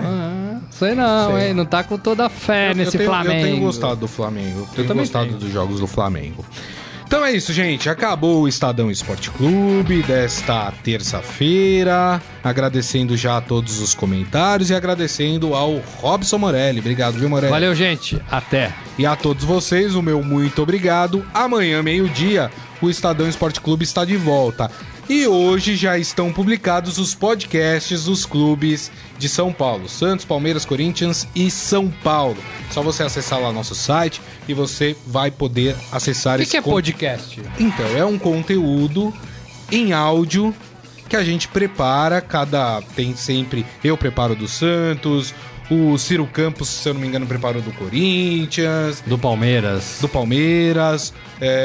Sei não, Sei. hein? Não tá com toda a fé nesse Flamengo. Eu tenho gostado do Flamengo. Eu tenho também gostado tenho. dos jogos do Flamengo. Então é isso, gente. Acabou o Estadão Esporte Clube desta terça-feira. Agradecendo já a todos os comentários e agradecendo ao Robson Morelli. Obrigado, viu, Morelli? Valeu, gente. Até. E a todos vocês, o meu muito obrigado. Amanhã, meio-dia, o Estadão Esporte Clube está de volta. E hoje já estão publicados os podcasts dos clubes de São Paulo. Santos, Palmeiras, Corinthians e São Paulo. Só você acessar lá nosso site e você vai poder acessar O que é podcast? Então, é um conteúdo em áudio que a gente prepara. Tem sempre... Eu preparo do Santos... O Ciro Campos, se eu não me engano, preparou do Corinthians. Do Palmeiras. Do Palmeiras.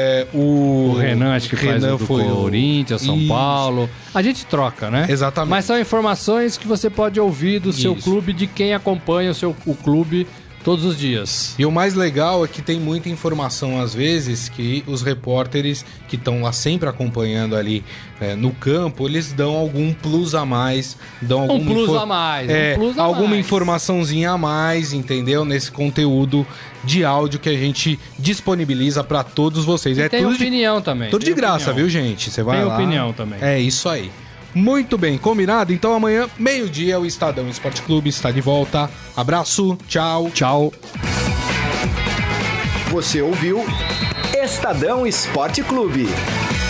O Renan, acho que faz o do Corinthians, São Paulo. A gente troca, né? Exatamente. Mas são informações que você pode ouvir do seu Isso. clube, de quem acompanha o clube todos os dias. E o mais legal é que tem muita informação, às vezes, que os repórteres que estão lá sempre acompanhando ali no campo, eles dão algum plus a mais, dão alguma alguma informaçãozinha a mais, entendeu? Nesse conteúdo de áudio que a gente disponibiliza para todos vocês. E tem tudo opinião também. Tudo de graça, viu, gente? Você vai tem lá. Tem opinião também. É isso aí. Muito bem, combinado? Então amanhã, meio-dia, o Estadão Esporte Clube está de volta. Abraço, tchau. Tchau. Você ouviu Estadão Esporte Clube.